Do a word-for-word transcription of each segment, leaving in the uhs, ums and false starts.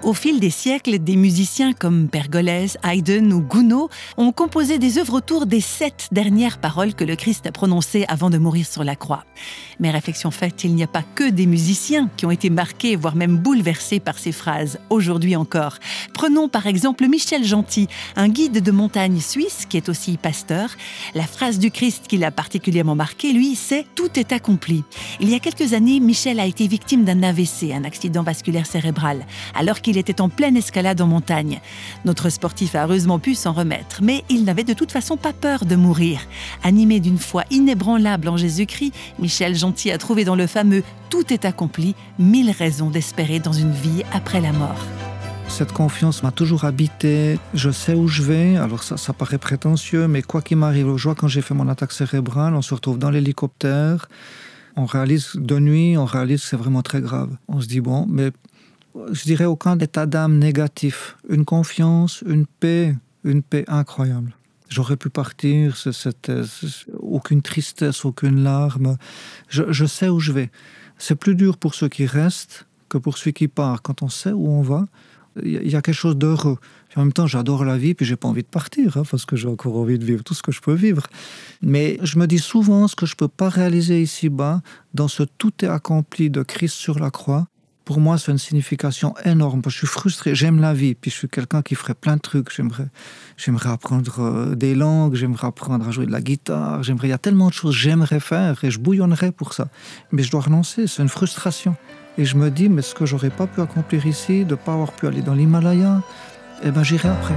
Au fil des siècles, des musiciens comme Pergolèse, Haydn ou Gounod ont composé des œuvres autour des sept dernières paroles que le Christ a prononcées avant de mourir sur la croix. Mais réflexion faite, il n'y a pas que des musiciens qui ont été marqués, voire même bouleversés par ces phrases, aujourd'hui encore. Prenons par exemple Michel Gentil, un guide de montagne suisse qui est aussi pasteur. La phrase du Christ qui l'a particulièrement marqué, lui, c'est « Tout est accompli ». Il y a quelques années, Michel a été victime d'un A V C, un accident vasculaire cérébral, alors qu'il Il était en pleine escalade en montagne. Notre sportif a heureusement pu s'en remettre, mais il n'avait de toute façon pas peur de mourir. Animé d'une foi inébranlable en Jésus-Christ, Michel Gentil a trouvé dans le fameux « Tout est accompli » mille raisons d'espérer dans une vie après la mort. Cette confiance m'a toujours habité. Je sais où je vais. Alors ça, ça paraît prétentieux, mais quoi qu'il m'arrive, je vois quand j'ai fait mon attaque cérébrale, on se retrouve dans l'hélicoptère, on réalise de nuit, on réalise que c'est vraiment très grave. On se dit bon, mais je dirais aucun état d'âme négatif. Une confiance, une paix, une paix incroyable. J'aurais pu partir, c'était aucune tristesse, aucune larme. Je, je sais où je vais. C'est plus dur pour ceux qui restent que pour ceux qui partent. Quand on sait où on va, il y a quelque chose d'heureux. En même temps, j'adore la vie, puis j'ai pas envie de partir, hein, parce que j'ai encore envie de vivre tout ce que je peux vivre. Mais je me dis souvent ce que je peux pas réaliser ici-bas, dans ce tout est accompli de Christ sur la croix. Pour moi, c'est une signification énorme. Je suis frustré, j'aime la vie, puis je suis quelqu'un qui ferait plein de trucs. J'aimerais, j'aimerais apprendre des langues, j'aimerais apprendre à jouer de la guitare, j'aimerais, il y a tellement de choses que j'aimerais faire et je bouillonnerais pour ça. Mais je dois renoncer, c'est une frustration. Et je me dis, mais ce que j'aurais pas pu accomplir ici, de ne pas avoir pu aller dans l'Himalaya, eh ben j'irai après.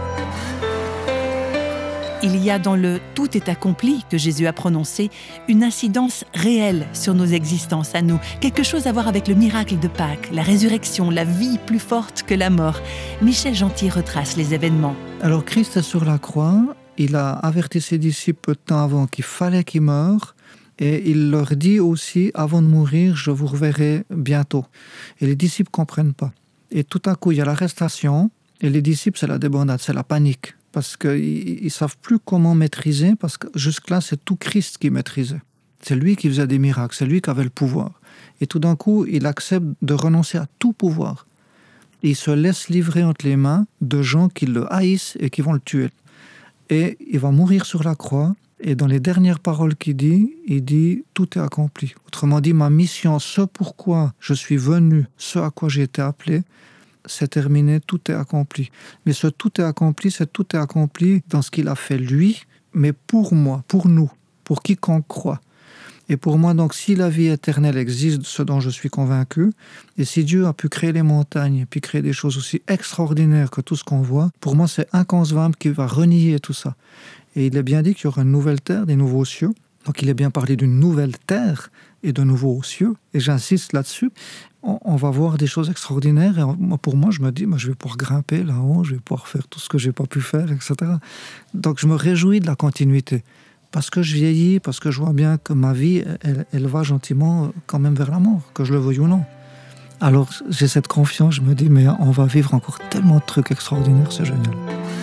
Il y a dans le « tout est accompli » que Jésus a prononcé une incidence réelle sur nos existences à nous, quelque chose à voir avec le miracle de Pâques, la résurrection, la vie plus forte que la mort. Michel Gentil retrace les événements. Alors Christ est sur la croix, il a averti ses disciples peu de temps avant qu'il fallait qu'il meure, et il leur dit aussi, avant de mourir, je vous reverrai bientôt. Et les disciples ne comprennent pas. Et tout à coup, il y a l'arrestation, et les disciples, c'est la débandade, c'est la panique. Parce qu'ils ne savent plus comment maîtriser, parce que jusque-là, c'est tout Christ qui maîtrisait. C'est lui qui faisait des miracles, c'est lui qui avait le pouvoir. Et tout d'un coup, il accepte de renoncer à tout pouvoir. Et il se laisse livrer entre les mains de gens qui le haïssent et qui vont le tuer. Et il va mourir sur la croix, et dans les dernières paroles qu'il dit, il dit « tout est accompli ». Autrement dit, ma mission, ce pourquoi je suis venu, ce à quoi j'ai été appelé, c'est terminé, tout est accompli. Mais ce tout est accompli, c'est tout est accompli dans ce qu'il a fait lui, mais pour moi, pour nous, pour quiconque croit. Et pour moi, donc, si la vie éternelle existe, ce dont je suis convaincu, et si Dieu a pu créer les montagnes, et puis créer des choses aussi extraordinaires que tout ce qu'on voit, pour moi, c'est inconcevable qu'il va renier tout ça. Et il est bien dit qu'il y aura une nouvelle terre, des nouveaux cieux. Donc il est bien parlé d'une nouvelle terre et de nouveaux cieux. Et j'insiste là-dessus. On, on va voir des choses extraordinaires. Et on, pour moi, je me dis, moi, je vais pouvoir grimper là-haut, je vais pouvoir faire tout ce que je n'ai pas pu faire, et cetera. Donc je me réjouis de la continuité. Parce que je vieillis, parce que je vois bien que ma vie, elle, elle va gentiment quand même vers la mort, que je le veuille ou non. Alors j'ai cette confiance, je me dis, mais on va vivre encore tellement de trucs extraordinaires, c'est génial.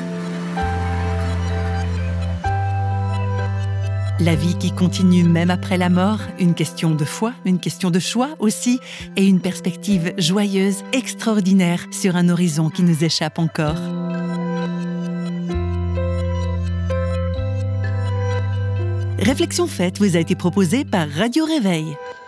La vie qui continue même après la mort, une question de foi, une question de choix aussi, et une perspective joyeuse, extraordinaire sur un horizon qui nous échappe encore. Réflexion faite vous a été proposée par Radio Réveil.